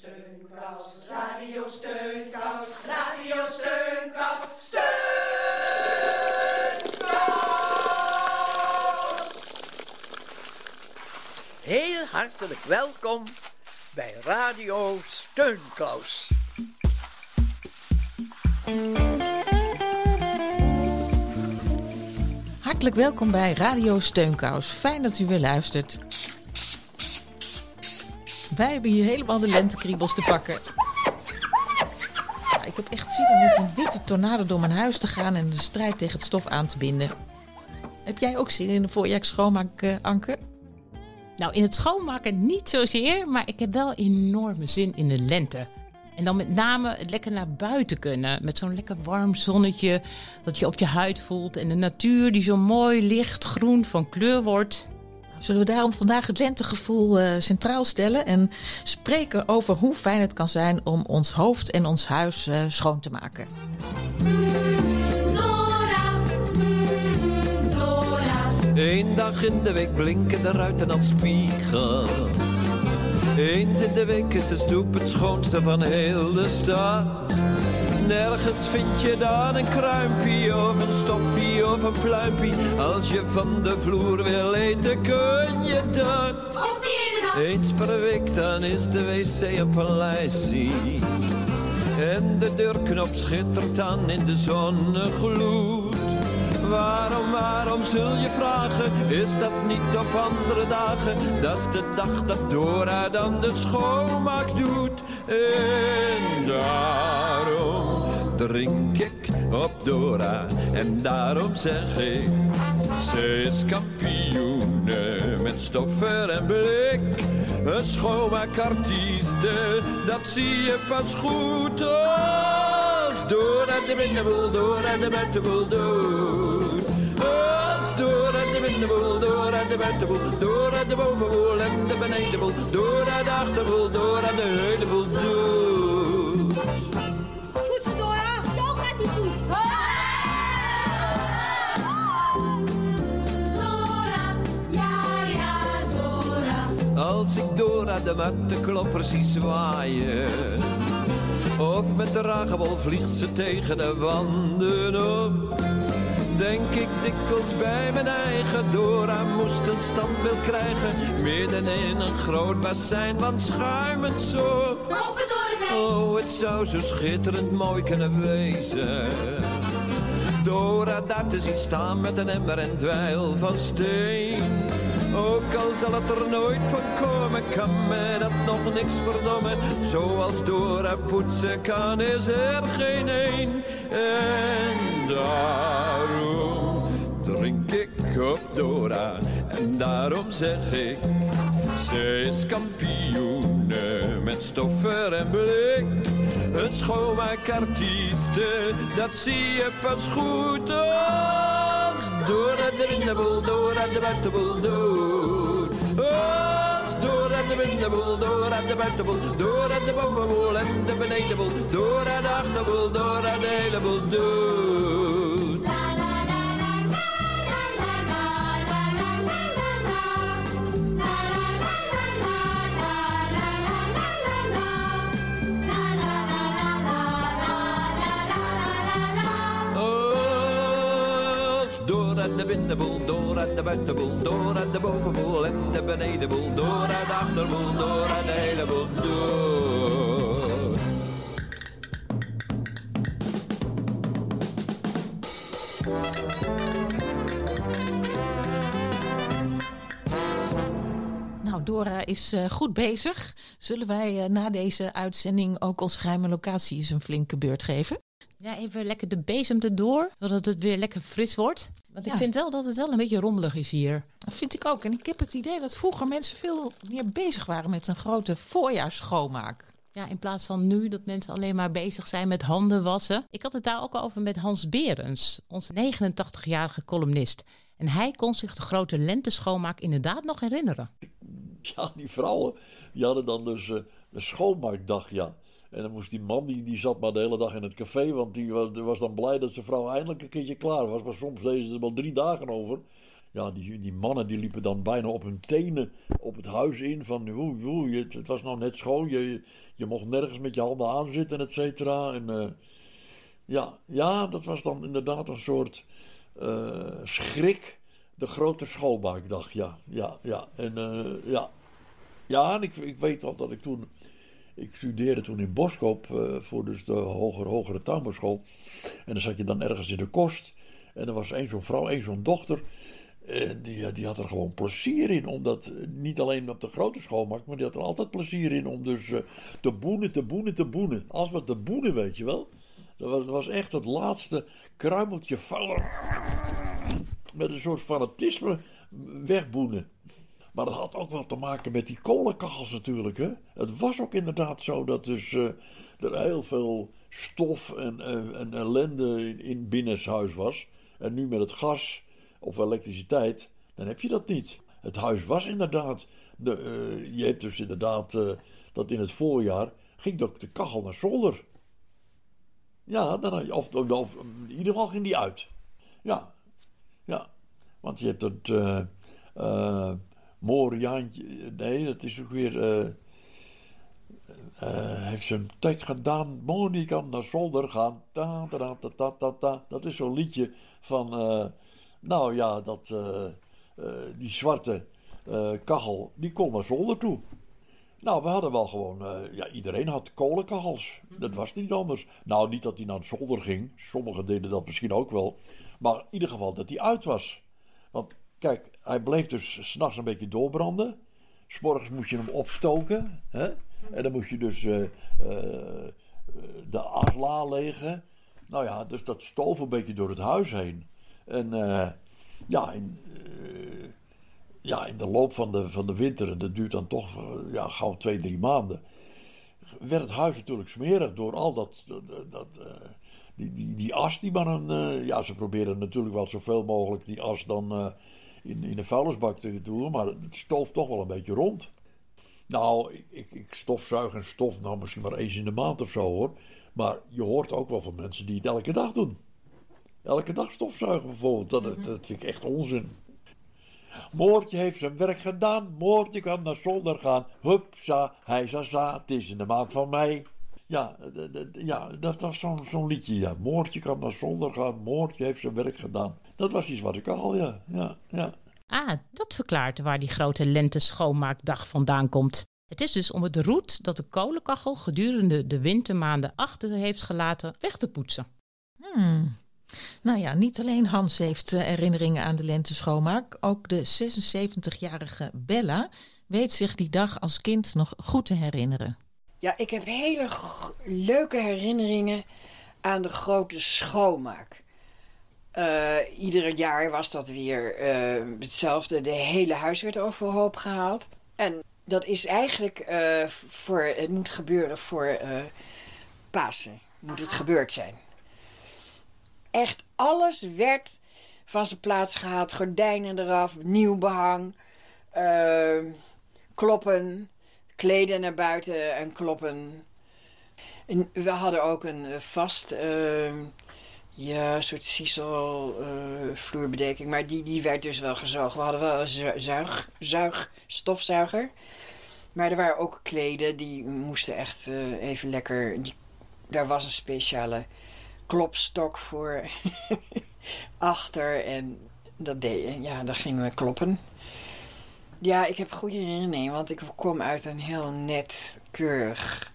Steunkous, Radio Steunkous, Radio Steunkous, Steunkous. Heel hartelijk welkom bij Radio Steunkous. Hartelijk welkom bij Radio Steunkous. Fijn dat u weer luistert. Wij hebben hier helemaal de lentekriebels te pakken. Nou, ik heb echt zin om met een witte tornado door mijn huis te gaan en de strijd tegen het stof aan te binden. Heb jij ook zin in de voorjaarsschoonmaak, Anke? Nou, in het schoonmaken niet zozeer, maar ik heb wel enorme zin in de lente. En dan met name het lekker naar buiten kunnen. Met zo'n lekker warm zonnetje dat je op je huid voelt. En de natuur die zo mooi lichtgroen van kleur wordt. Zullen we daarom vandaag het lentegevoel centraal stellen en spreken over hoe fijn het kan zijn om ons hoofd en ons huis schoon te maken. Eén dag in de week blinken de ruiten als spiegel. Eens in de week is de stoep het schoonste van heel de stad. Nergens vind je dan een kruimpie of een stoffie of een pluimpie. Als je van de vloer wil eten kun je dat. Eens per week dan is de wc een paleisie. En de deurknop schittert dan in de zonnegloed. Waarom zul je vragen, is dat niet op andere dagen? Dat is de dag dat Dora dan de schoonmaak doet. En daarom drink ik op Dora. En daarom zeg ik, ze is kampioene met stoffer en blik. Een schoonmaakartieste, dat zie je pas goed als Dora de binnenboel, Dora de buitenboel doet. Als Dora de binnenboel, Dora de buitenboel, Dora de bovenboel en de benedenboel, Dora de achterboel, Dora de heuneboel doet. Goed zo, Dora, zo gaat die goed. Dora, ja, Dora. Als ik Dora de mattenklopper zie zwaaien, of met de ragebol vliegt ze tegen de wanden op, denk ik dikwijls bij mijn eigen Dora moest een standbeeld krijgen, midden in een groot bassin van schuimend zo. Oh, het zou zo schitterend mooi kunnen wezen, Dora daar te zien staan met een emmer en dweil van steen. Ook al zal het er nooit van komen, kan me dat nog niks verdommen. Zoals Dora poetsen kan, is er geen een. En daarom drink ik op Dora. En daarom zeg ik, ze is kampioene met stoffer en blik. Een schoonmaakartieste, dat zie je pas goed als Dora de binnenboel, Dora de buitenboel doet. Als Dora de binnenboel, Dora de buitenboel, Dora de bovenboel en de benedenboel, Dora de achterboel, Dora de hele boel doet. De binnenboel, Dora de buitenboel, Dora de bovenboel en de benedenboel, Dora de achterboel, Dora de hele boel doet. Nou, Dora is goed bezig. Zullen wij na deze uitzending ook onze geheime locatie eens een flinke beurt geven? Ja, even lekker de bezem erdoor, zodat het weer lekker fris wordt. Want ik vind wel dat het wel een beetje rommelig is hier. Dat vind ik ook. En ik heb het idee dat vroeger mensen veel meer bezig waren met een grote voorjaarsschoonmaak. Ja, in plaats van nu dat mensen alleen maar bezig zijn met handen wassen. Ik had het daar ook over met Hans Berends, onze 89-jarige columnist. En hij kon zich de grote lenteschoonmaak inderdaad nog herinneren. Ja, die vrouwen die hadden dan dus een schoonmaakdag, ja. En dan moest die man, die zat maar de hele dag in het café, want die was dan blij dat zijn vrouw eindelijk een keertje klaar was. Maar soms deden ze er wel 3 dagen over. Ja, die mannen die liepen dan bijna op hun tenen op het huis in. Van, het was nou net schoon. Je mocht nergens met je handen aanzitten, et cetera. En dat was dan inderdaad een soort schrik. De grote schoolmaakdag, ja. En ik weet wel dat ik studeerde toen in Boskoop voor dus de hogere tuinbouwschool. En dan zat je dan ergens in de kost. En er was één zo'n vrouw, één zo'n dochter. En die had er gewoon plezier in. Omdat, niet alleen op de grote schoolmaak, maar die had er altijd plezier in om dus te boenen. Als wat te boenen, weet je wel. Dat was echt het laatste kruimeltje vuil. Met een soort fanatisme wegboenen. Maar dat had ook wel te maken met die kolenkachels natuurlijk. Hè? Het was ook inderdaad zo dat dus er heel veel stof en ellende in binnenshuis was. En nu met het gas of elektriciteit, dan heb je dat niet. Het huis was inderdaad... je hebt dus inderdaad dat in het voorjaar ging ook de kachel naar zolder. Ja, of in ieder geval ging die uit. Ja. Want je hebt het... Moriaantje, nee, dat is ook weer... heeft zijn tek gedaan, Moni kan naar zolder gaan. Dat is zo'n liedje van... die zwarte kachel, die kon naar zolder toe. Nou, we hadden wel gewoon... iedereen had kolenkachels. Dat was niet anders. Nou, niet dat hij naar zolder ging. Sommigen deden dat misschien ook wel. Maar in ieder geval dat hij uit was. Want... Kijk, hij bleef dus 's nachts een beetje doorbranden. 's morgens moest je hem opstoken. Hè? En dan moest je dus de asla legen. Nou ja, dus dat stoof een beetje door het huis heen. En in de loop van de winter, en dat duurt dan toch gauw 2-3 maanden... werd het huis natuurlijk smerig door al die as die maar ze probeerden natuurlijk wel zoveel mogelijk die as dan... in de vuilnisbak te doen, maar het stoof toch wel een beetje rond. Nou, ik stofzuig en stof nou misschien maar eens in de maand of zo hoor. Maar je hoort ook wel van mensen die het elke dag doen. Elke dag stofzuigen bijvoorbeeld, dat vind ik echt onzin. Moortje heeft zijn werk gedaan, Moortje kan naar zolder gaan. Hupsa, hij zaza, het is in de maand van mei. Ja, dat was zo'n liedje, ja. Moortje kan naar zolder gaan, Moortje heeft zijn werk gedaan. Dat was die zwarte kachel, ja. Ah, dat verklaart waar die grote lente-schoonmaakdag vandaan komt. Het is dus om het roet dat de kolenkachel gedurende de wintermaanden achter heeft gelaten weg te poetsen. Nou ja, niet alleen Hans heeft herinneringen aan de lenteschoonmaak. Ook de 76-jarige Bella weet zich die dag als kind nog goed te herinneren. Ja, ik heb hele leuke herinneringen aan de grote schoonmaak. Ieder jaar was dat weer hetzelfde. De hele huis werd overhoop gehaald. En dat is eigenlijk het moet gebeuren voor Pasen. Moet het gebeurd zijn. Echt alles werd van zijn plaats gehaald. Gordijnen eraf, nieuw behang, kloppen, kleden naar buiten en kloppen. En we hadden ook een vast... een soort sisal-vloerbedekking. Maar die werd dus wel gezogen. We hadden wel een stofzuiger. Maar er waren ook kleden. Die moesten echt even lekker... Daar was een speciale klopstok voor achter. En daar gingen we kloppen. Ja, ik heb goede herinneringen. Want ik kom uit een heel net, keurig...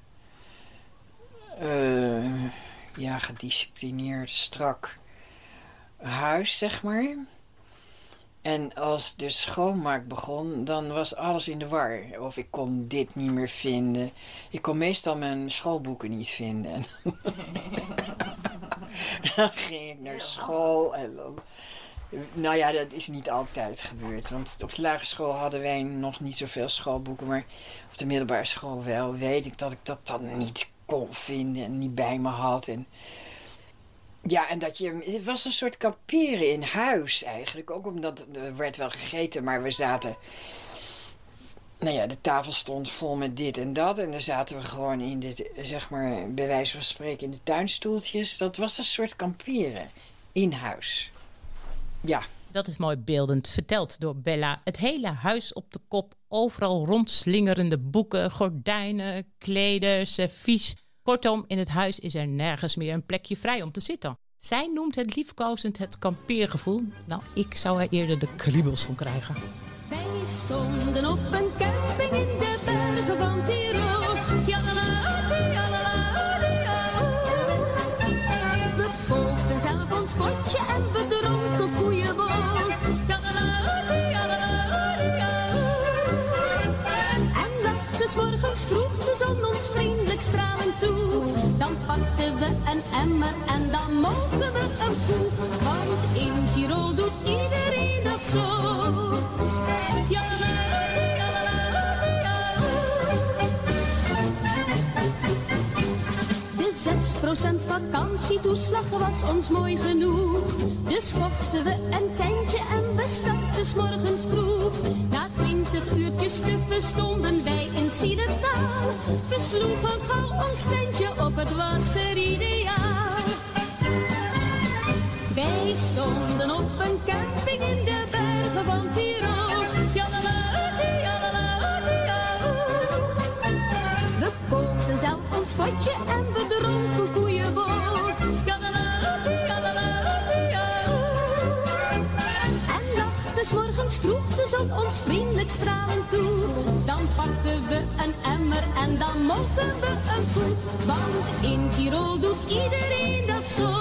gedisciplineerd, strak huis, zeg maar. En als de schoonmaak begon, dan was alles in de war. Of ik kon dit niet meer vinden. Ik kon meestal mijn schoolboeken niet vinden. En dan ging ik naar school. En dan... Nou ja, dat is niet altijd gebeurd. Want op de lagere school hadden wij nog niet zoveel schoolboeken. Maar op de middelbare school wel. Weet ik dat dan niet kon vinden en niet bij me had. En het was een soort kamperen in huis eigenlijk. Ook omdat er werd wel gegeten, maar we zaten... de tafel stond vol met dit en dat. En dan zaten we gewoon in dit, zeg maar, bij wijze van spreken in de tuinstoeltjes. Dat was een soort kamperen in huis. Ja, Dat is mooi beeldend verteld door Bella. Het hele huis op de kop, overal rondslingerende boeken, gordijnen, kleden, servies. Kortom, in het huis is er nergens meer een plekje vrij om te zitten. Zij noemt het liefkozend het kampeergevoel. Nou, ik zou er eerder de kriebels van krijgen. Wij stonden op een camping in de bergen van Tirol. We kookten zelf ons potje en we dronken koeienbol. En nachts morgens vroeg de zon ons vriendelijk stralend toe. Dan pakten we een emmer en dan mogen we een koe. Want in Tirol doet iedereen dat zo. De 6% vakantietoeslag was ons mooi genoeg. Dus kochten we een tentje en we startten 's morgens vroeg. Na 20 uurtjes tuffen stonden wij in Sidertaal. We sloegen gauw ons tentje op, het was er ideaal. Wij stonden op een camping in de bergen van Tirol. We kookten zelf ons potje en we dronken koeienbol. En nachts morgens vroeg de zon ons vriendelijk stralend toe. Dan pakten we een emmer en dan mochten we een koe. Want in Tirol doet iedereen dat zo.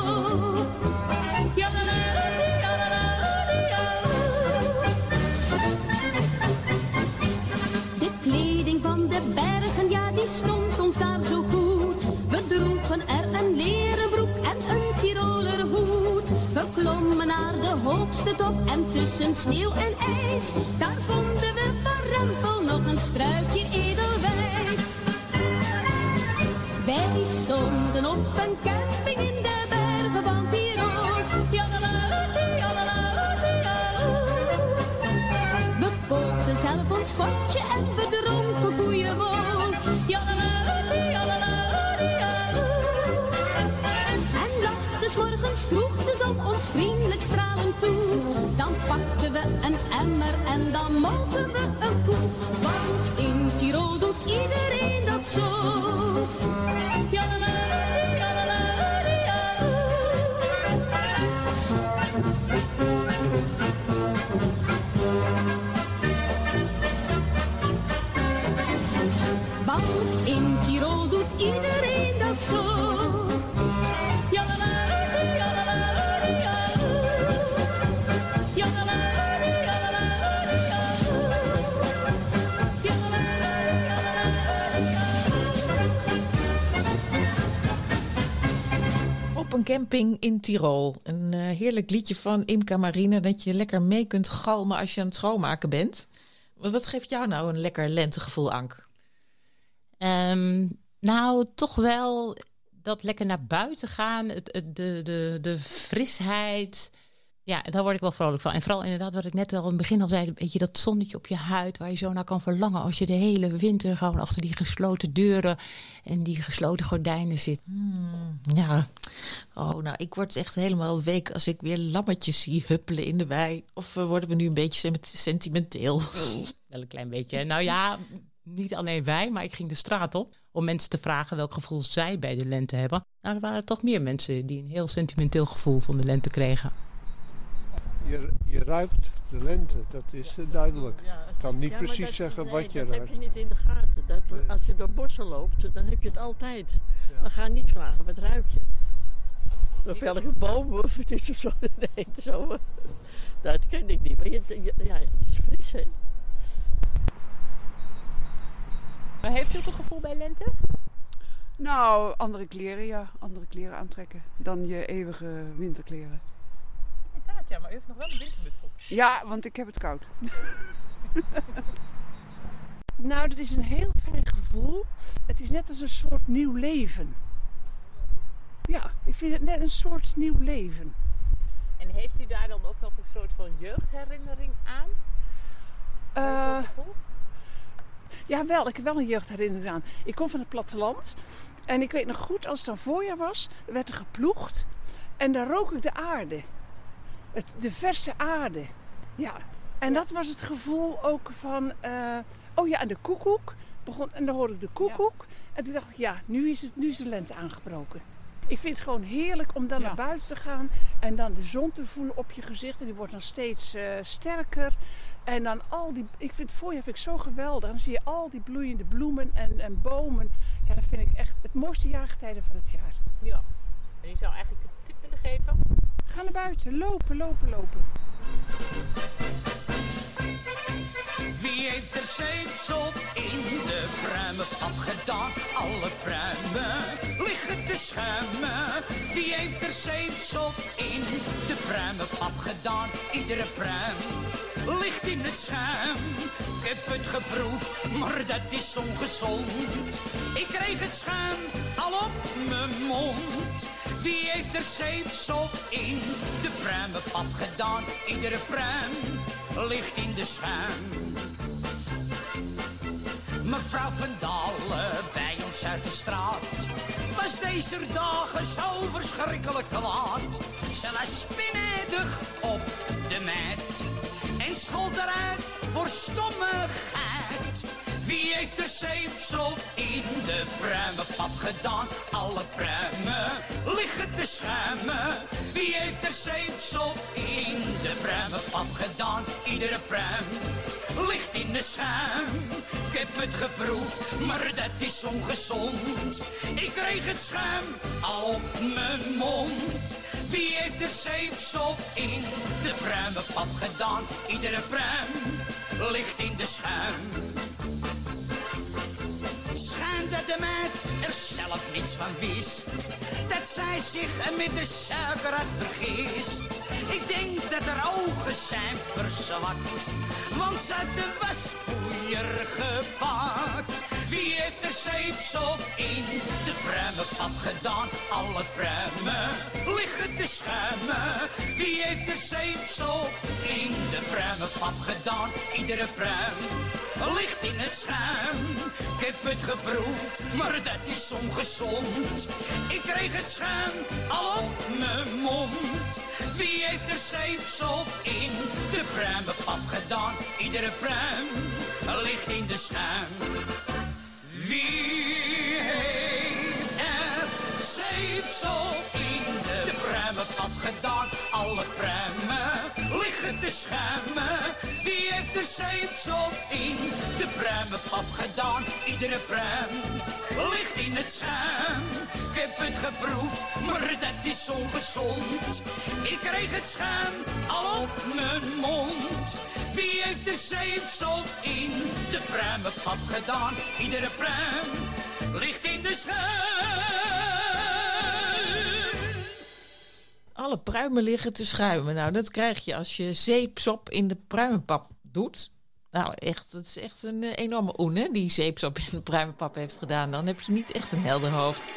De kleding van de bergen, ja, die stond ons daar zo goed. We droegen er een leren broek en een Tiroler hoed. We klommen naar de hoogste top en tussen sneeuw en ijs, daar vonden we van Rempel nog een struikje edelwijs. Wij stonden op een camping in de bergen van Tirol. We kookten zelf ons potje en we dronken koeienbol. En nachts morgens vroeg de zon ons vriendelijk stralend toe. Dan pakten we een emmer en dan mochten we een koe. Want in Tirol doet iedereen dat zo. Want in Tirol doet iedereen dat zo. Op een camping in Tirol. Een heerlijk liedje van Imca Marine dat je lekker mee kunt galmen als je aan het schoonmaken bent. Wat geeft jou nou een lekker lentegevoel, Ank? Nou, toch wel dat lekker naar buiten gaan. De frisheid. Ja, daar word ik wel vrolijk van. En vooral inderdaad wat ik net al in het begin al zei. Een beetje dat zonnetje op je huid waar je zo naar kan verlangen. Als je de hele winter gewoon achter die gesloten deuren en die gesloten gordijnen zit. Ja, oh, nou, ik word echt helemaal week als ik weer lammetjes zie huppelen in de wei. Of worden we nu een beetje sentimenteel? Wel een klein beetje. Nou ja, niet alleen wij, maar ik ging de straat op om mensen te vragen welk gevoel zij bij de lente hebben. Nou, er waren toch meer mensen die een heel sentimenteel gevoel van de lente kregen. Je ruikt de lente, dat is duidelijk. Ik kan niet precies zeggen wat je ruikt. Dat heb je niet in de gaten. Als je door bossen loopt, dan heb je het altijd. Ja. Maar ga niet vragen, wat ruik je? Door vellige bomen of het is of zo. Nee, zo. Dat ken ik niet. Maar het is fris, hè. Maar heeft u ook een gevoel bij lente? Nou, andere kleren, ja. Andere kleren aantrekken dan je eeuwige winterkleren. Inderdaad, ja, maar u heeft nog wel een wintermuts op. Ja, want ik heb het koud. Nou, dat is een heel fijn gevoel. Het is net als een soort nieuw leven. Ja, ik vind het net een soort nieuw leven. En heeft u daar dan ook nog een soort van jeugdherinnering aan? Zo'n gevoel? Ja, wel. Ik heb wel een jeugdherinnering aan. Ik kom van het platteland. En ik weet nog goed, als het dan voorjaar was, werd er geploegd. En dan rook ik de aarde. de verse aarde. Ja. En dat was het gevoel ook van... en de koekoek. En dan hoorde ik de koekoek. Ja. En toen dacht ik, nu is de lente aangebroken. Ik vind het gewoon heerlijk om dan naar buiten te gaan. En dan de zon te voelen op je gezicht. En die wordt dan steeds sterker. En dan ik vind het voorjaar zo geweldig. Dan zie je al die bloeiende bloemen en bomen. Ja, dat vind ik echt het mooiste jaargetijden van het jaar. Ja. En je zou eigenlijk een tip willen geven? Ga naar buiten. Lopen. Wie heeft er zeepsop in de pruimenpap gedaan? Alle pruimen liggen te schuimen. Wie heeft er zeepsop in de pruimenpap gedaan? Iedere pruim ligt in het schuim. Ik heb het geproefd, maar dat is ongezond. Ik kreeg het schuim al op mijn mond. Wie heeft er zeepsop in de pruimenpap gedaan? Iedere pruim ligt in de schuim. Mevrouw Van Dalen bij ons uit de straat was deze dagen zo verschrikkelijk kwaad. Ze was spinedig op de mat en schold eruit voor stommigheid. Wie heeft er zeepsop in de pruimenpap gedaan? Alle pruimen liggen te schuimen. Wie heeft er zeepsop in de pruimenpap gedaan? Iedere pruim ligt in de schuim. Ik heb het geproefd, maar dat is ongezond. Ik kreeg het schuim al op mijn mond. Wie heeft er zeepsop in de pruimenpap gedaan? Iedere pruim ligt in de schuim. Schijnt dat de meid er zelf niets van wist, dat zij zich met de suiker had vergist. Ik denk dat haar ogen zijn verzwakt, want ze had de waspoeier gepakt. Wie heeft er zeepsop in de pruimenpap gedaan? Alle pruimen liggen te schuimen. Wie heeft er zeepsop in de pruimenpap gedaan? Iedere pruim ligt in het schuim. Ik heb het geproefd, maar dat is ongezond. Ik kreeg het schuim al op mijn mond. Wie heeft er zeepsop in de pruimenpap gedaan? Iedere pruim ligt in de schuim. Wie heeft er zeepsop in de pruimenpap gedaan? Alle pruimen liggen te schuimen. Wie heeft er zeepsop in de pruimenpap gedaan? Iedere pruim ligt in het schuim. Ik heb het geproefd, maar dat is ongezond. Ik kreeg het schuim al op mijn mond. Wie heeft de zeepsop in de pruimenpap gedaan? Iedere pruim ligt in de schuim. Alle pruimen liggen te schuimen. Nou, dat krijg je als je zeepsop in de pruimenpap doet. Nou, echt, het is echt een enorme oene die zeepsop in de pruimenpap heeft gedaan. Dan heb je niet echt een helder hoofd.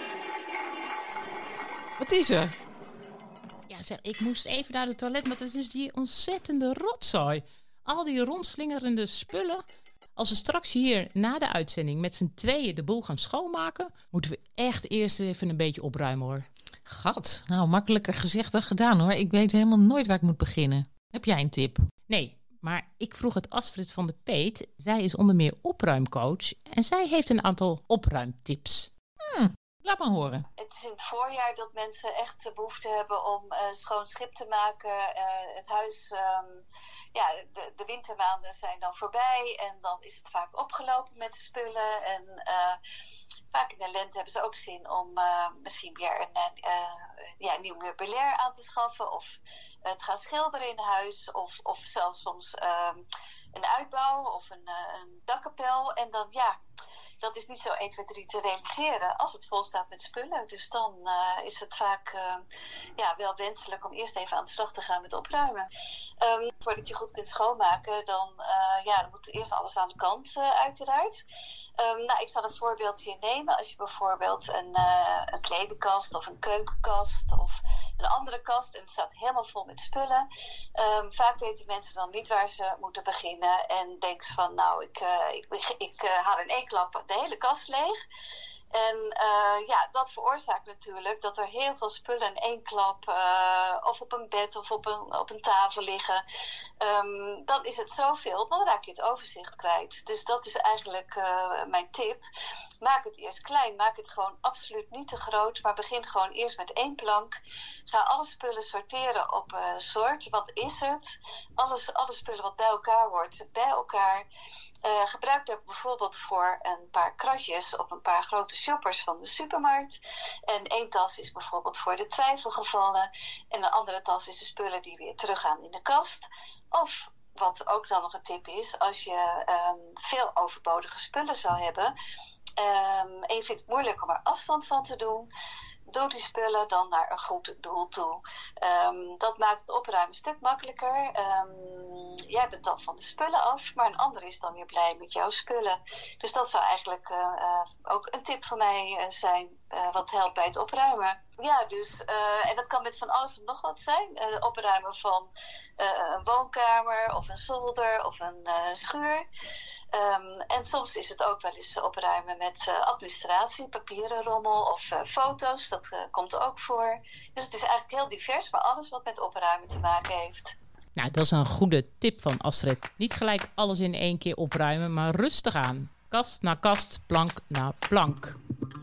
Wat is er? Ja, zeg, ik moest even naar de toilet, maar het is die ontzettende rotzooi. Al die rondslingerende spullen. Als we straks hier na de uitzending met z'n tweeën de boel gaan schoonmaken, moeten we echt eerst even een beetje opruimen, hoor. Gat, nou, makkelijker gezegd dan gedaan, hoor. Ik weet helemaal nooit waar ik moet beginnen. Heb jij een tip? Nee, maar ik vroeg het Astrid van de Peet. Zij is onder meer opruimcoach en zij heeft een aantal opruimtips. Laat maar horen. Het is in het voorjaar dat mensen echt de behoefte hebben om schoon schip te maken. Het huis, de wintermaanden zijn dan voorbij en dan is het vaak opgelopen met de spullen. En vaak in de lente hebben ze ook zin om misschien weer een nieuw meubilair aan te schaffen. Of het gaan schilderen in huis. Of zelfs soms een uitbouw of een dakkapel. En dan dat is niet zo 1, 2, 3 te realiseren als het vol staat met spullen. Dus dan is het vaak wel wenselijk om eerst even aan de slag te gaan met opruimen. Voordat je goed kunt schoonmaken, dan moet eerst alles aan de kant uiteraard. Ik zal een voorbeeldje nemen. Als je bijvoorbeeld een kledenkast of een keukenkast of een andere kast en het staat helemaal vol met spullen. Vaak weten mensen dan niet waar ze moeten beginnen en denken ze van ik haal in één klap de hele kast leeg. En dat veroorzaakt natuurlijk dat er heel veel spullen in één klap of op een bed of op een tafel liggen. Dan is het zoveel, dan raak je het overzicht kwijt. Dus dat is eigenlijk mijn tip. Maak het eerst klein, maak het gewoon absoluut niet te groot, maar begin gewoon eerst met 1 plank. Ga alle spullen sorteren op soort. Wat is het? Alle spullen wat bij elkaar hoort, bij elkaar. Gebruik dat bijvoorbeeld voor een paar kratjes of een paar grote shoppers van de supermarkt. En 1 tas is bijvoorbeeld voor de twijfelgevallen. En een andere tas is de spullen die weer teruggaan in de kast. Of wat ook dan nog een tip is, als je veel overbodige spullen zou hebben en je vindt het moeilijk om er afstand van te doen, doe die spullen dan naar een goed doel toe. Dat maakt het opruimen een stuk makkelijker. Jij bent dan van de spullen af, maar een ander is dan weer blij met jouw spullen. Dus dat zou eigenlijk ook een tip van mij zijn, wat helpt bij het opruimen. Ja, dus, en dat kan met van alles en nog wat zijn. Opruimen van een woonkamer of een zolder of een schuur. En soms is het ook wel eens opruimen met administratie, papieren rommel of foto's. Dat komt ook voor. Dus het is eigenlijk heel divers, maar alles wat met opruimen te maken heeft. Nou, dat is een goede tip van Astrid. Niet gelijk alles in 1 keer opruimen, maar rustig aan. Kast na kast, plank na plank.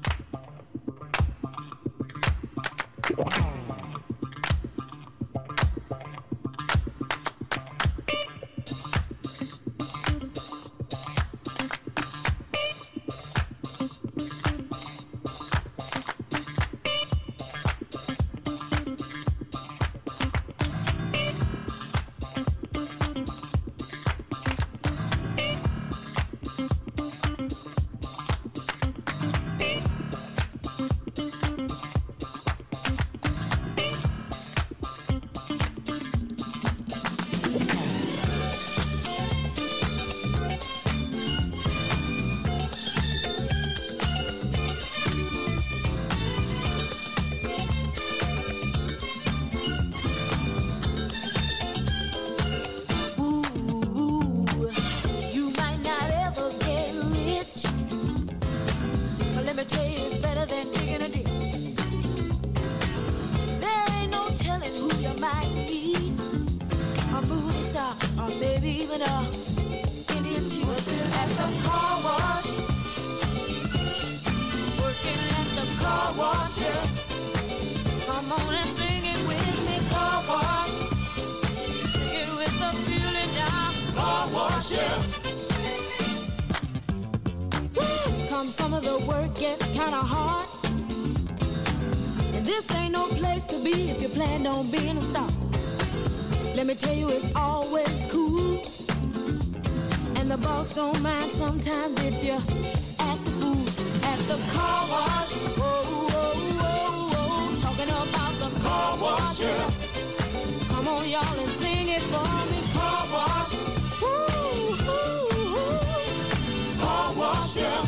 Some of the work gets kind of hard, and this ain't no place to be if you plan on being a star. Let me tell you, it's always cool, and the boss don't mind sometimes if you act the fool at the car wash. Whoa, whoa, whoa, whoa, talking about the car wash. Yeah. Come on, y'all, and sing it for me. Car wash. Woo, woo, woo. Car wash, yeah.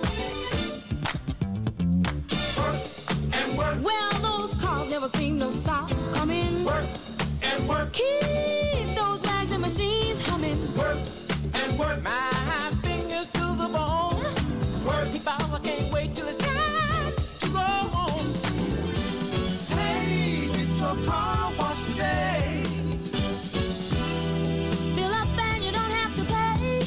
Well, those cars never seem to stop coming. Work and work. Keep those bags and machines humming. Work and work. My fingers to the bone. Work. If I can't wait till it's time to go home. Hey, get your car washed today. Fill up and you don't have to pay.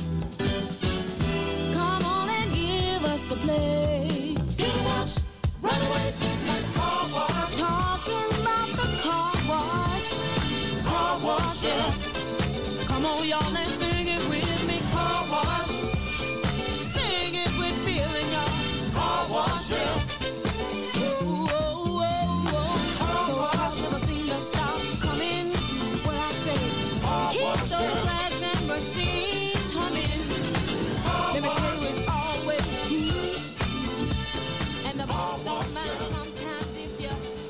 Come on and give us a play. Get a wash, right away. Talking about the car wash. Car wash, yeah. Come on, y'all, and sing it with me. Car wash. Sing it with feeling, y'all. Car wash, yeah. Whoa, whoa, whoa, whoa. Car those wash. Cars never seem to stop coming. What I say, car keep wash, those rags yeah. and machines humming. Car Let me wash. Tell you, it's always cool. And the boss don't mind sometimes if you...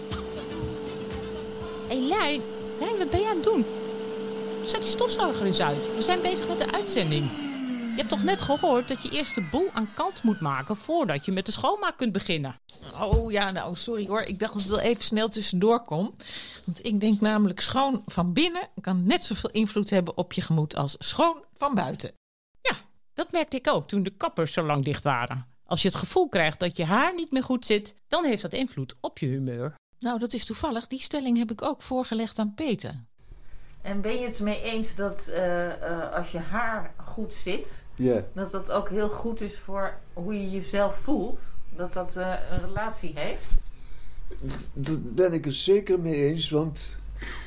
Hé Lijn, wat ben je aan het doen? Zet die stofzuiger eens uit. We zijn bezig met de uitzending. Je hebt toch net gehoord dat je eerst de boel aan kant moet maken voordat je met de schoonmaak kunt beginnen? Oh ja, nou sorry hoor. Ik dacht dat het wel even snel tussendoor kom. Want ik denk namelijk schoon van binnen kan net zoveel invloed hebben op je gemoed als schoon van buiten. Ja, dat merkte ik ook toen de kappers zo lang dicht waren. Als je het gevoel krijgt dat je haar niet meer goed zit, dan heeft dat invloed op je humeur. Nou, dat is toevallig. Die stelling heb ik ook voorgelegd aan Peter. En ben je het mee eens dat als je haar goed zit, dat dat ook heel goed is voor hoe je jezelf voelt? Dat dat een relatie heeft? Daar ben ik het zeker mee eens, want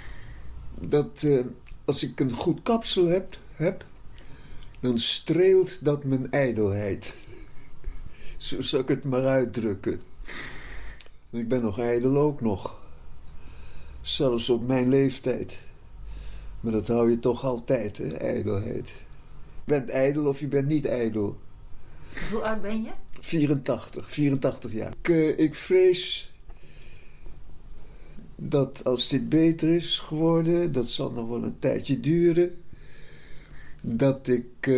als ik een goed kapsel heb, dan streelt dat mijn ijdelheid. Zo zal ik het maar uitdrukken. Ik ben nog ijdel ook nog. Zelfs op mijn leeftijd. Maar dat hou je toch altijd, hè, ijdelheid. Je bent ijdel of je bent niet ijdel. Hoe oud ben je? 84 jaar. Ik vrees dat als dit beter is geworden, dat zal nog wel een tijdje duren, dat ik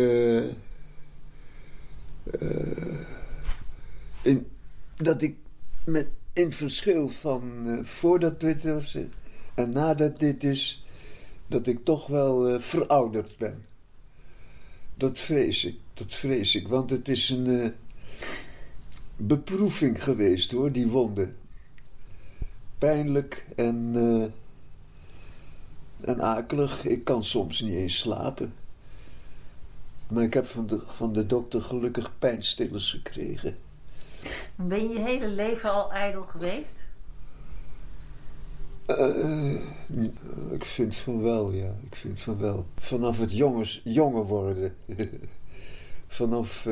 in verschil van voordat dit was en nadat dit is, dat ik toch wel verouderd ben. Dat vrees ik, want het is een beproeving geweest hoor, die wonden. Pijnlijk en akelig. Ik kan soms niet eens slapen. Maar ik heb van de dokter gelukkig pijnstillers gekregen. Ben je hele leven al ijdel geweest? Ik vind van wel, ja. Ik vind van wel. Vanaf het jonger worden. Vanaf...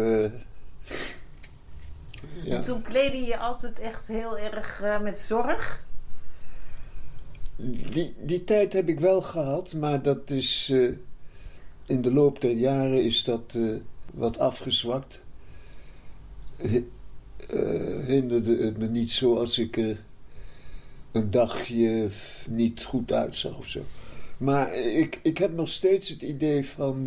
ja. En toen kleedde je altijd echt heel erg met zorg? Die tijd heb ik wel gehad, maar dat is... in de loop der jaren is dat wat afgezwakt. Hinderde het me niet zo als ik een dagje niet goed uitzag of zo. Maar ik heb nog steeds het idee van...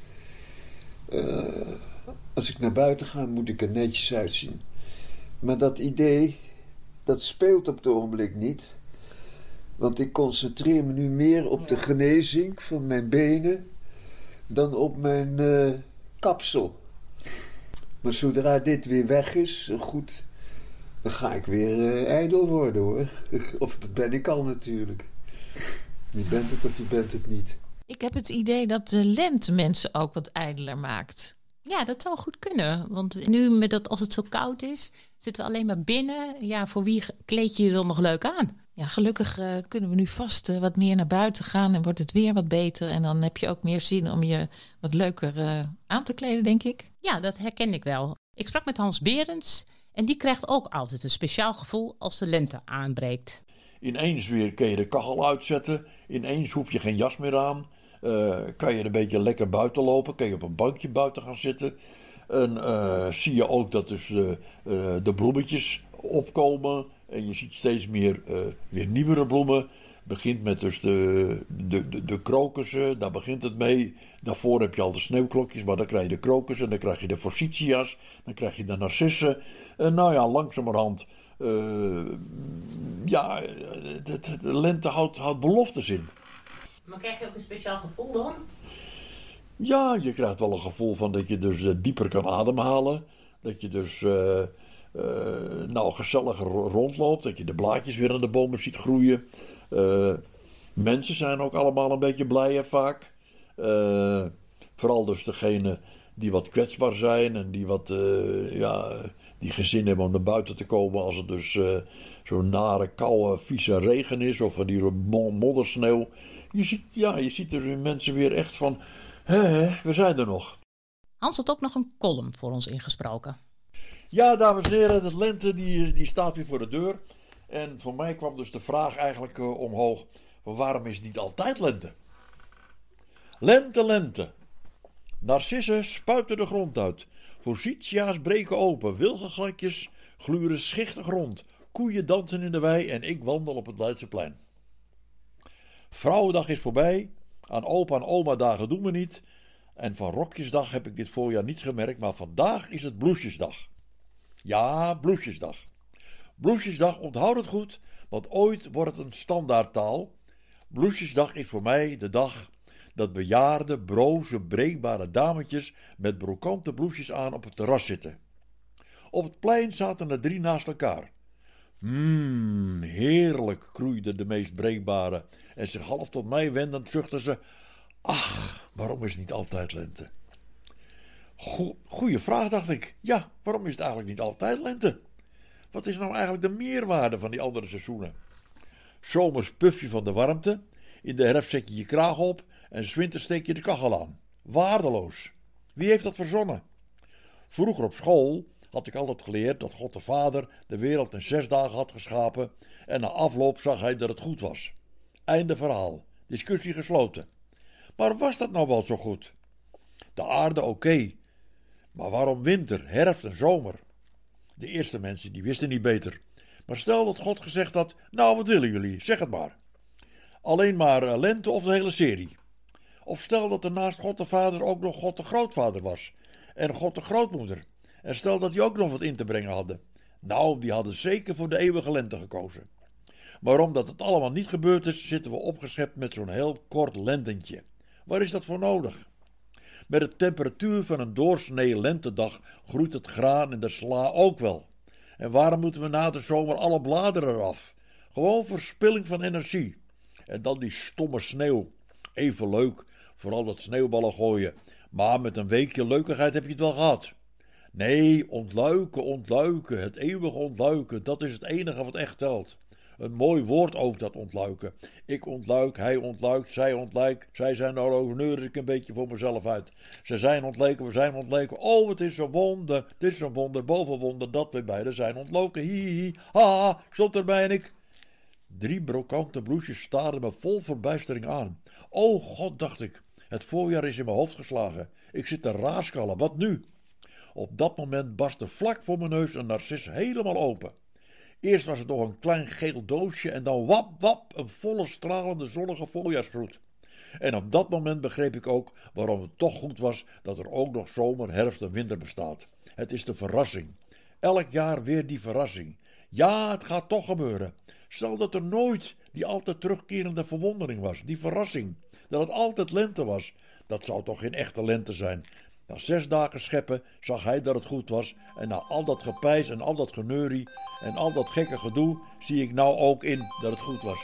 als ik naar buiten ga, moet ik er netjes uitzien. Maar dat idee, dat speelt op het ogenblik niet. Want ik concentreer me nu meer op de genezing van mijn benen dan op mijn kapsel. Maar zodra dit weer weg is, goed, dan ga ik weer ijdel worden hoor. Of dat ben ik al natuurlijk. Je bent het of je bent het niet. Ik heb het idee dat de lente mensen ook wat ijdeler maakt. Ja, dat zou goed kunnen. Want nu, als het zo koud is, zitten we alleen maar binnen. Ja, voor wie kleed je je dan nog leuk aan? Ja, gelukkig kunnen we nu vast wat meer naar buiten gaan en wordt het weer wat beter. En dan heb je ook meer zin om je wat leuker aan te kleden, denk ik. Ja, dat herken ik wel. Ik sprak met Hans Berends en die krijgt ook altijd een speciaal gevoel als de lente aanbreekt. Ineens weer kun je de kachel uitzetten. Ineens hoef je geen jas meer aan. Kan je een beetje lekker buiten lopen. Kan je op een bankje buiten gaan zitten. En zie je ook dat dus de bloemetjes opkomen. En je ziet steeds meer weer nieuwere bloemen. Begint met dus de krokussen, daar begint het mee. Daarvoor heb je al de sneeuwklokjes, maar dan krijg je de krokussen. Dan krijg je de forsythia's, dan krijg je de narcissen. Nou ja, langzamerhand. De lente houdt beloftes in. Maar krijg je ook een speciaal gevoel dan? Ja, je krijgt wel een gevoel van dat je dus dieper kan ademhalen. Dat je dus gezelliger rondloopt. Dat je de blaadjes weer aan de bomen ziet groeien. Mensen zijn ook allemaal een beetje blijer vaak. Vooral dus degene die wat kwetsbaar zijn en die wat die geen zin hebben om naar buiten te komen als het dus zo'n nare, koude, vieze regen is of die moddersneeuw. Je ziet er mensen weer echt van, we zijn er nog. Hans had ook nog een column voor ons ingesproken. Ja, dames en heren, de lente die staat weer voor de deur. En voor mij kwam dus de vraag eigenlijk omhoog, van waarom is het niet altijd lente? Lente, lente. Narcissen spuiten de grond uit. Forsythia's breken open. Wilgenglakjes gluren schichtig rond. Koeien dansen in de wei en ik wandel op het Leidseplein. Vrouwendag is voorbij. Aan opa en oma dagen doen we niet. En van Rokjesdag heb ik dit voorjaar niet gemerkt, maar vandaag is het Bloesjesdag. Ja, Bloesjesdag. Bloesjesdag, onthoud het goed, want ooit wordt het een standaardtaal. Bloesjesdag is voor mij de dag dat bejaarde, broze, breekbare dametjes met brokante bloesjes aan op het terras zitten. Op het plein zaten er 3 naast elkaar. Heerlijk, kroeide de meest breekbare en zich half tot mij wendend zuchtte ze: ach, waarom is het niet altijd lente? Goeie vraag, dacht ik. Ja, waarom is het eigenlijk niet altijd lente? Wat is nou eigenlijk de meerwaarde van die andere seizoenen? Zomers puf je van de warmte, in de herfst zet je je kraag op en 's winters steek je de kachel aan. Waardeloos. Wie heeft dat verzonnen? Vroeger op school had ik altijd geleerd dat God de Vader de wereld in 6 dagen had geschapen en na afloop zag hij dat het goed was. Einde verhaal. Discussie gesloten. Maar was dat nou wel zo goed? De aarde oké. Maar waarom winter, herfst en zomer? De eerste mensen die wisten niet beter. Maar stel dat God gezegd had: nou, wat willen jullie? Zeg het maar. Alleen maar lente of de hele serie. Of stel dat er naast God de Vader ook nog God de Grootvader was. En God de Grootmoeder. En stel dat die ook nog wat in te brengen hadden. Nou, die hadden zeker voor de eeuwige lente gekozen. Maar omdat het allemaal niet gebeurd is, zitten we opgeschept met zo'n heel kort lententje. Waar is dat voor nodig? Met de temperatuur van een doorsnee lentedag groeit het graan en de sla ook wel. En waarom moeten we na de zomer alle bladeren eraf? Gewoon verspilling van energie. En dan die stomme sneeuw. Even leuk, vooral dat sneeuwballen gooien. Maar met een weekje leukigheid heb je het wel gehad. Nee, ontluiken, het eeuwige ontluiken, dat is het enige wat echt telt. Een mooi woord ook, dat ontluiken. Ik ontluik, hij ontluikt, zij ontluikt. Zij zijn nou ook, neur ik een beetje voor mezelf uit. Ze zijn ontleken, we zijn ontleken. Oh, het is een wonder, het is een wonder, boven wonder, dat we beiden zijn ontloken. Hi, ha, stond erbij en ik. 3 brokante bloesjes staarden me vol verbijstering aan. Oh God, dacht ik, het voorjaar is in mijn hoofd geslagen. Ik zit te raaskallen, wat nu? Op dat moment barstte vlak voor mijn neus een narcis helemaal open. Eerst was het nog een klein geel doosje en dan wap, een volle stralende zonnige voorjaarsgroet. En op dat moment begreep ik ook waarom het toch goed was dat er ook nog zomer, herfst en winter bestaat. Het is de verrassing. Elk jaar weer die verrassing. Ja, het gaat toch gebeuren. Stel dat er nooit die altijd terugkerende verwondering was, die verrassing, dat het altijd lente was. Dat zou toch geen echte lente zijn. Na 6 dagen scheppen zag hij dat het goed was en na al dat gepijs en al dat geneurie en al dat gekke gedoe zie ik nou ook in dat het goed was.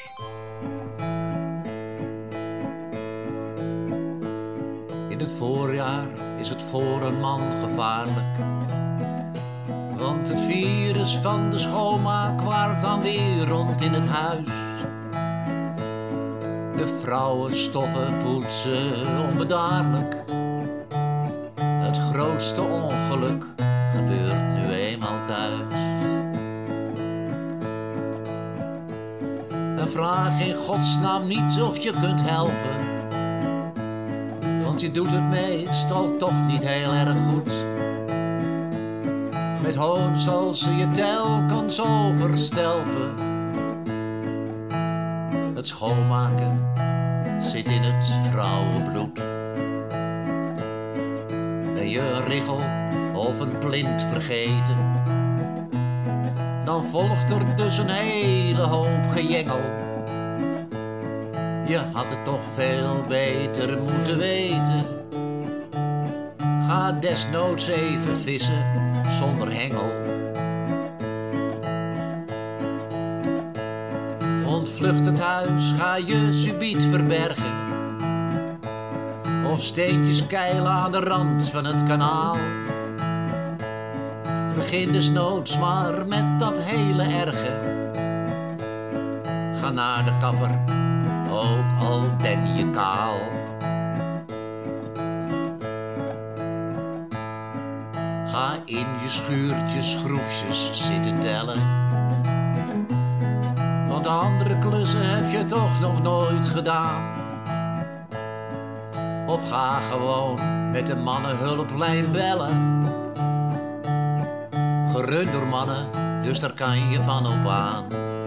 In het voorjaar is het voor een man gevaarlijk, want het virus van de schoonmaak waart dan weer rond in het huis. De vrouwen stoffen poetsen onbedaarlijk. Het grootste ongeluk gebeurt nu eenmaal thuis. En vraag in godsnaam niet of je kunt helpen, want je doet het meestal toch niet heel erg goed. Met hoon zal ze je telkens overstelpen. Het schoonmaken zit in het vrouwenbloed. Ben je een richel of een plint vergeten, dan volgt er dus een hele hoop gejengel. Je had het toch veel beter moeten weten. Ga desnoods even vissen zonder hengel. Ontvlucht het huis, ga je subiet verbergen, of steentjes keilen aan de rand van het kanaal. Begin desnoods maar met dat hele erge. Ga naar de kapper, ook al ben je kaal. Ga in je schuurtje schroefjes zitten tellen, want andere klussen heb je toch nog nooit gedaan. Of ga gewoon met de mannenhulplijn bellen. Gerund door mannen, dus daar kan je van op aan.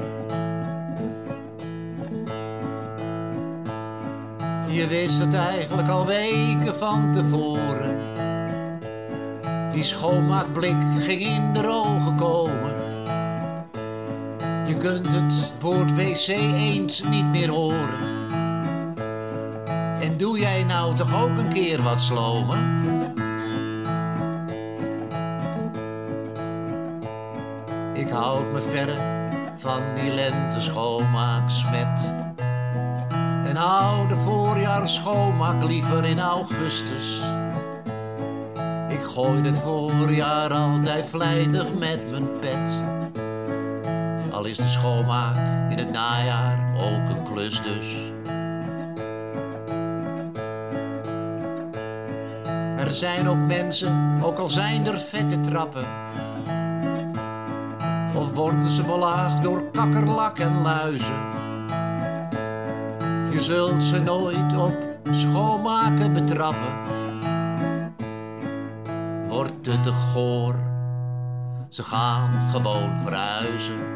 Je wist het eigenlijk al weken van tevoren. Die schoonmaakblik ging in de ogen komen. Je kunt het woord wc eens niet meer horen. En doe jij nou toch ook een keer wat slomen? Ik houd me verre van die lente schoonmaaksmet. En hou de voorjaar schoonmaak liever in augustus. Ik gooi het voorjaar altijd vlijtig met mijn pet. Al is de schoonmaak in het najaar ook een klus dus. Er zijn ook mensen, ook al zijn er vette trappen. Of worden ze belaagd door kakkerlak en luizen. Je zult ze nooit op schoonmaken betrappen. Wordt het te goor, ze gaan gewoon verhuizen.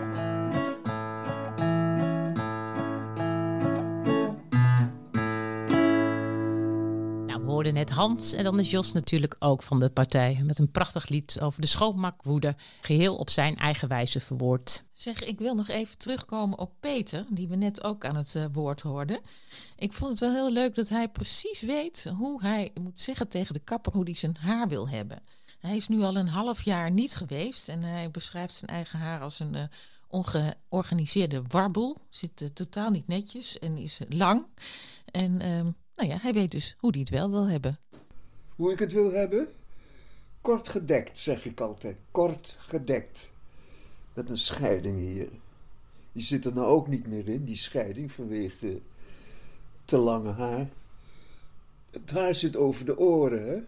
We hoorden net Hans en dan is Jos natuurlijk ook van de partij. Met een prachtig lied over de schoonmaakwoede. Geheel op zijn eigen wijze verwoord. Zeg, ik wil nog even terugkomen op Peter, die we net ook aan het woord hoorden. Ik vond het wel heel leuk dat hij precies weet hoe hij moet zeggen tegen de kapper hoe hij zijn haar wil hebben. Hij is nu al een half jaar niet geweest en hij beschrijft zijn eigen haar als een ongeorganiseerde warboel. Zit totaal niet netjes en is lang. En nou ja, hij weet dus hoe hij het wel wil hebben. Hoe ik het wil hebben? Kort gedekt, zeg ik altijd. Kort gedekt. Met een scheiding hier. Die zit er nou ook niet meer in, die scheiding, vanwege te lange haar. Het haar zit over de oren, hè.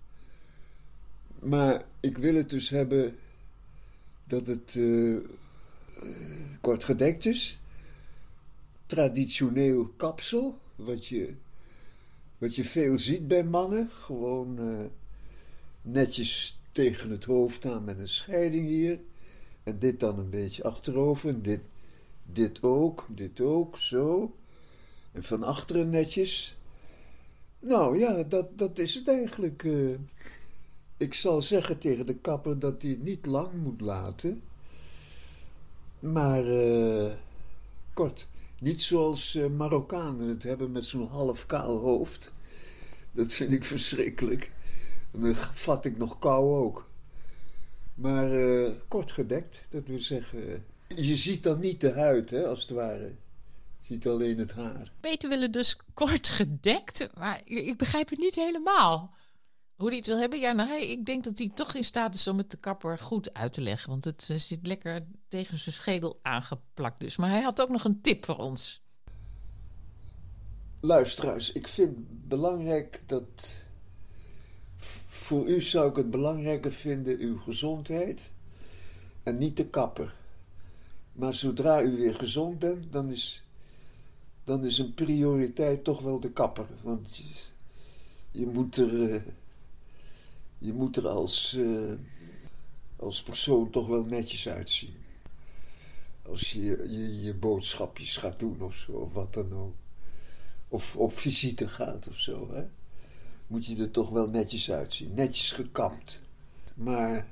Maar ik wil het dus hebben dat het kort gedekt is. Traditioneel kapsel, wat je veel ziet bij mannen. Gewoon netjes tegen het hoofd aan met een scheiding hier. En dit dan een beetje achterover. En dit ook, zo. En van achteren netjes. Nou ja, dat is het eigenlijk. Ik zal zeggen tegen de kapper dat hij het niet lang moet laten. Maar kort. Niet zoals Marokkanen het hebben met zo'n half kaal hoofd. Dat vind ik verschrikkelijk. En dan vat ik nog kou ook. Maar kort gedekt, dat wil zeggen. Je ziet dan niet de huid, hè, als het ware. Je ziet alleen het haar. Peter wil het dus kort gedekt, maar ik begrijp het niet helemaal. Hoe hij het wil hebben? Ja, nou, ik denk dat hij toch in staat is om het de kapper goed uit te leggen. Want het zit lekker tegen zijn schedel aangeplakt dus. Maar hij had ook nog een tip voor ons. Luisteraars, ik vind belangrijk dat... Voor u zou ik het belangrijker vinden uw gezondheid en niet de kapper. Maar zodra u weer gezond bent, dan is een prioriteit toch wel de kapper. Want je moet er als persoon toch wel netjes uitzien. Als je boodschapjes gaat doen of zo, of wat dan ook. Of op visite gaat of zo, hè. Moet je er toch wel netjes uitzien. Netjes gekamd. Maar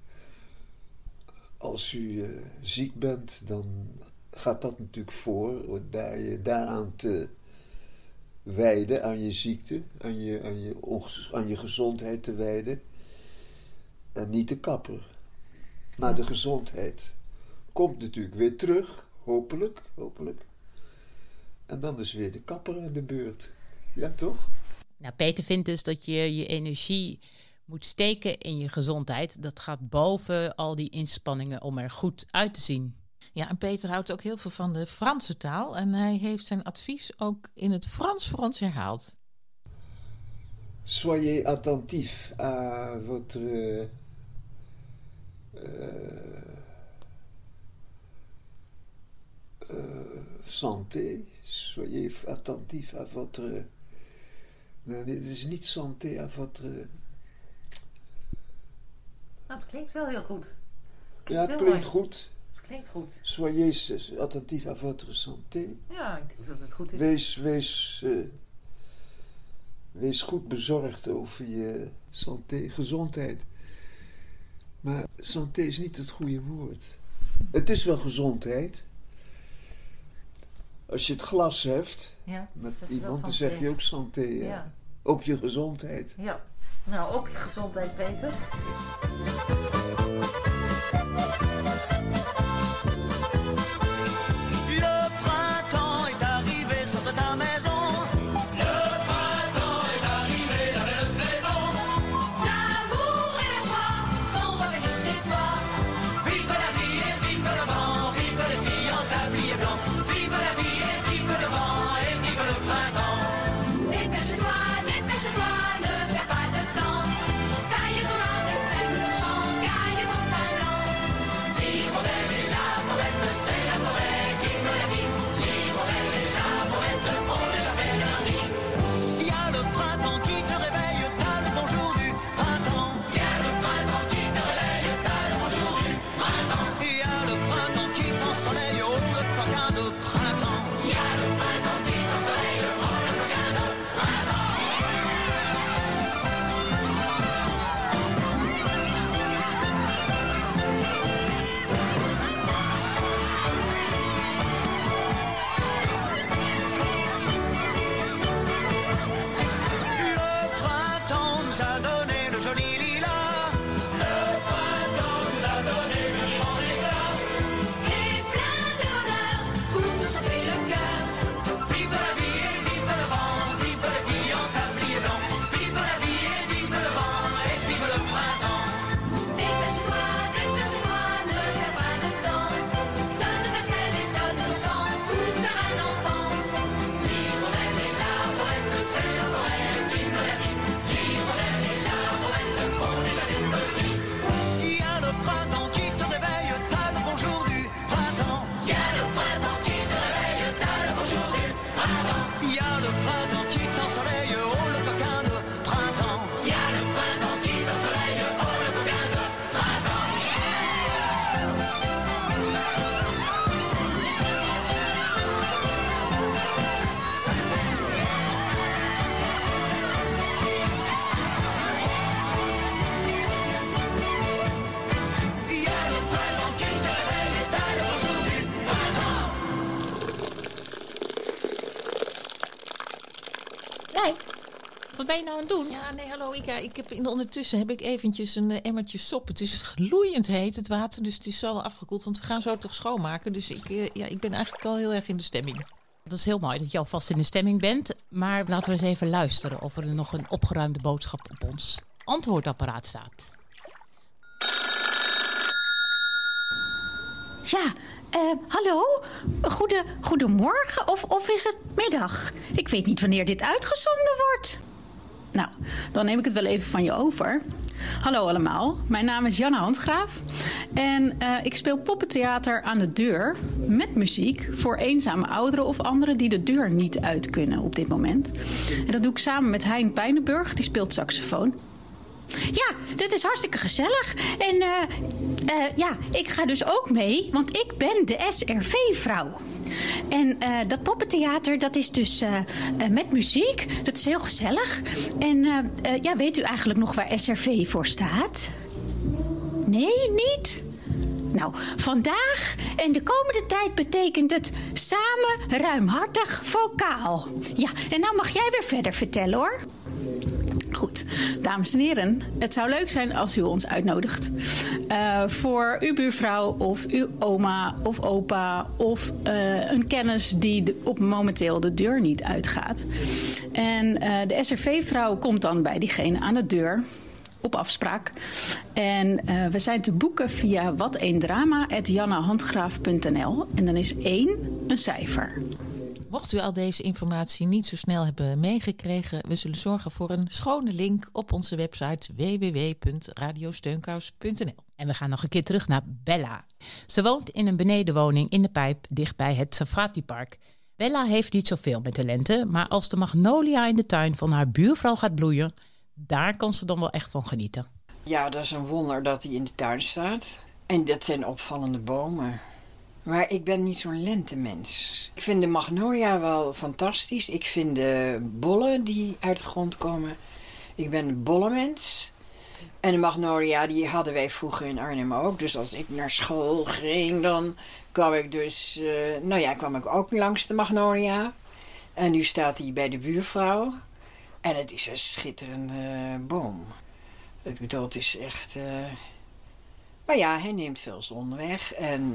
als u ziek bent, dan gaat dat natuurlijk voor. Daaraan te wijden, aan je ziekte, aan je gezondheid te wijden. En niet de kapper. Maar de gezondheid komt natuurlijk weer terug, hopelijk. En dan is weer de kapper aan de beurt. Ja, toch? Nou, Peter vindt dus dat je je energie moet steken in je gezondheid. Dat gaat boven al die inspanningen om er goed uit te zien. Ja, en Peter houdt ook heel veel van de Franse taal. En hij heeft zijn advies ook in het Frans voor ons herhaald. Soyez attentif à votre santé. Soyez attentif à votre... Nee, het is niet santé à votre... Nou, het klinkt wel heel goed. Het klinkt goed. Het klinkt goed. Soyez attentif à votre santé. Ja, ik denk dat het goed is. Wees goed bezorgd over je santé, gezondheid. Maar santé is niet het goede woord. Het is wel gezondheid. Als je het glas heft met iemand, dan zeg je ook santé. Ja. Op je gezondheid. Ja. Nou, op je gezondheid, Peter. ben je nou aan het doen? Ja, nee, hallo Ika. Ondertussen heb ik eventjes een emmertje sop. Het is gloeiend heet, het water, dus het is zo afgekoeld. Want we gaan zo toch schoonmaken. Dus ik ben eigenlijk al heel erg in de stemming. Dat is heel mooi dat je alvast in de stemming bent. Maar laten we eens even luisteren of er nog een opgeruimde boodschap op ons antwoordapparaat staat. Ja, hallo? Goedemorgen of is het middag? Ik weet niet wanneer dit uitgezonden wordt. Nou, dan neem ik het wel even van je over. Hallo allemaal, mijn naam is Janne Handgraaf. En ik speel poppentheater aan de deur met muziek voor eenzame ouderen of anderen die de deur niet uit kunnen op dit moment. En dat doe ik samen met Hein Pijnenburg, die speelt saxofoon. Ja, dit is hartstikke gezellig. En ja, ik ga dus ook mee, want ik ben de SRV-vrouw. En dat poppentheater, dat is dus met muziek. Dat is heel gezellig. En ja, weet u eigenlijk nog waar SRV voor staat? Nee, niet? Nou, vandaag en de komende tijd betekent het samen ruimhartig vocaal. Ja, en nou mag jij weer verder vertellen, hoor. Goed, dames en heren, het zou leuk zijn als u ons uitnodigt. Voor uw buurvrouw of uw oma of opa of een kennis die momenteel de deur niet uitgaat. En de SRV-vrouw komt dan bij diegene aan de deur op afspraak. En we zijn te boeken via wateendrama@jannehandgraaf.nl. En dan is 1 een cijfer. Mocht u al deze informatie niet zo snel hebben meegekregen, we zullen zorgen voor een schone link op onze website www.radiosteunkous.nl. En we gaan nog een keer terug naar Bella. Ze woont in een benedenwoning in de Pijp, dichtbij het Safatipark. Bella heeft niet zoveel met de lente, maar als de magnolia in de tuin van haar buurvrouw gaat bloeien, daar kan ze dan wel echt van genieten. Ja, dat is een wonder dat hij in de tuin staat. En dat zijn opvallende bomen. Maar ik ben niet zo'n lentemens. Ik vind de magnolia wel fantastisch. Ik vind de bollen die uit de grond komen. Ik ben een bollenmens. En de magnolia, die hadden wij vroeger in Arnhem ook. Dus als ik naar school ging, dan kwam ik dus... kwam ik ook langs de magnolia. En nu staat hij bij de buurvrouw. En het is een schitterende boom. Ik bedoel, het is echt... Maar ja, hij neemt veel zon weg. En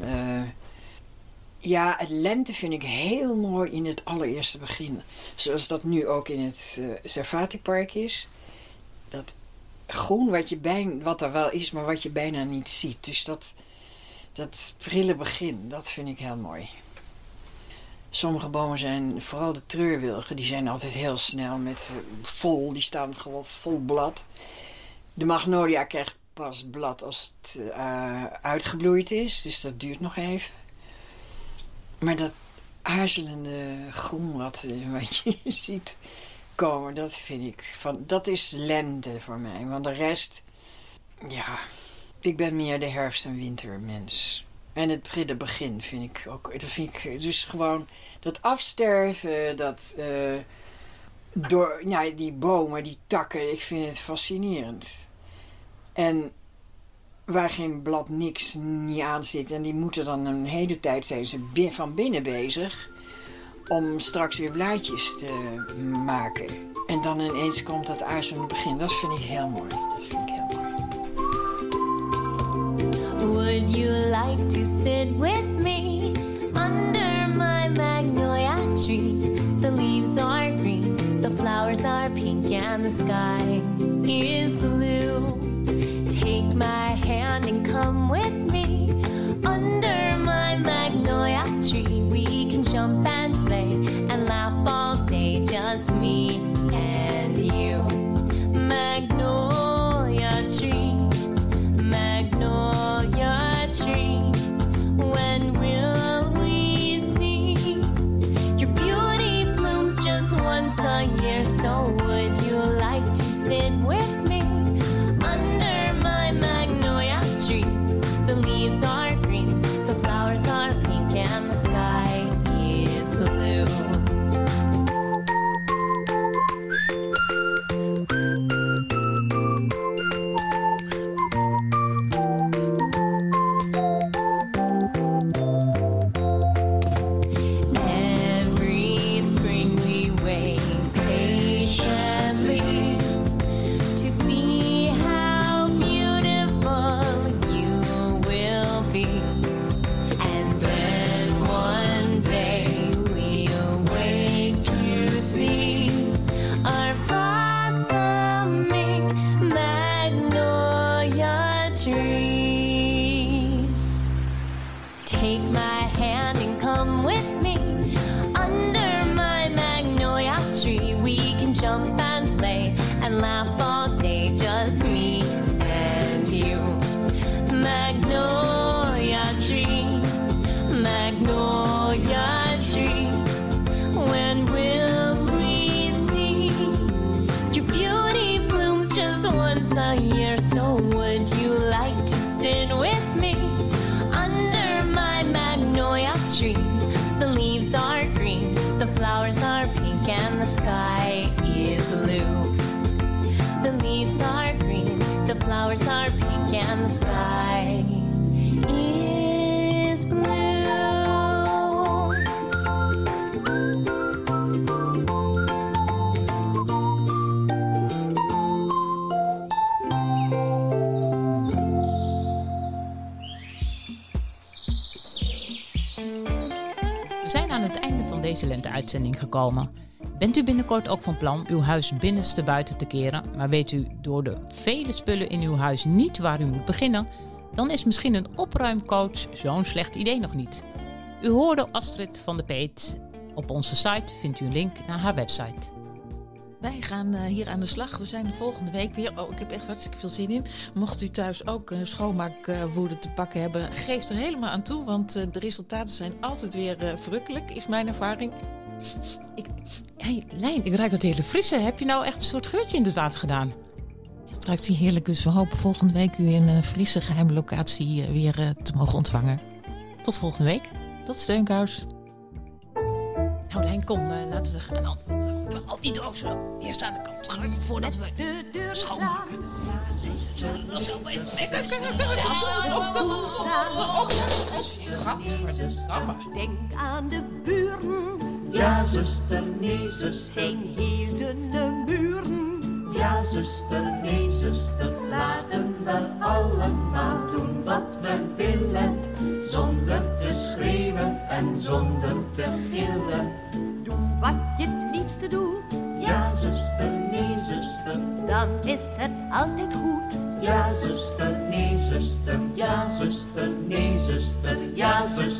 ja, het lente vind ik heel mooi in het allereerste begin. Zoals dat nu ook in het Safatipark is. Dat groen wat er wel is, maar wat je bijna niet ziet. Dus dat prille begin, dat vind ik heel mooi. Sommige bomen zijn, vooral de treurwilgen, die zijn altijd heel snel die staan gewoon vol blad. De magnolia krijgt pas blad als het uitgebloeid is, dus dat duurt nog even. Maar dat aarzelende groen wat je ziet komen, dat vind ik, dat is lente voor mij. Want de rest, ja, ik ben meer de herfst- en wintermens. En het prille begin vind ik ook, dat vind ik dus gewoon dat afsterven, die bomen, die takken, ik vind het fascinerend. En waar geen blad niks niet aan zit. En die moeten dan een hele tijd zijn ze van binnen bezig. Om straks weer blaadjes te maken. En dan ineens komt dat aarzelende begin. Dat vind ik heel mooi. Would you like to sit with me under my magnolia tree? The leaves are green, the flowers are pink, and the sky is blue. Take my hand and come with me under my magnolia tree. We can jump and play and laugh all day, just me and you. Magnolia tree, magnolia tree. When will we see your beauty blooms just once a year? So would you like to sit with me under my magnolia tree? The leaves are green, the flowers are pink, and the sky is blue. Take my hand and come with me. Under my magnolia tree, we can jump and play and laugh all day, just me and you. Magnolia tree, magnolia tree. When will we see your beauty blooms just once a year? So would you like to sit with me under my magnolia tree? The leaves are green, the flowers are pink, and the sky is blue. The leaves are green, the flowers are pink, and the sky is blue. We zijn aan het einde van deze lente-uitzending gekomen. Bent u binnenkort ook van plan uw huis binnenste buiten te keren, maar weet u door de vele spullen in uw huis niet waar u moet beginnen, dan is misschien een opruimcoach zo'n slecht idee nog niet. U hoorde Astrid van de Peet. Op onze site vindt u een link naar haar website. Wij gaan hier aan de slag. We zijn de volgende week weer. Oh, ik heb echt hartstikke veel zin in. Mocht u thuis ook schoonmaakwoede te pakken hebben, geef er helemaal aan toe. Want de resultaten zijn altijd weer verrukkelijk, is mijn ervaring. Hey, Lijn, ik ruik het hele frisse. Heb je nou echt een soort geurtje in het water gedaan? Het ruikt hier heerlijk, dus we hopen volgende week u in een frisse geheime locatie weer te mogen ontvangen. Tot volgende week. Tot Steunkous. Nou Lijn, kom, laten we gaan. Al die dozen eerst aan de kant schuiven voordat we de deur schoonmaken. Denk aan de buren. Ja, zuster, nee, zuster. Zijn heel dunne muren. Ja, zuster, nee, zuster. Laten we allemaal doen wat we willen. Zonder te schreeuwen en zonder te gillen. Doe wat je het liefste doet. Ja, zuster, nee, zuster. Dan is het altijd goed. Ja, zuster, nee, zuster. Ja, zuster, nee, zuster. Ja, zuster.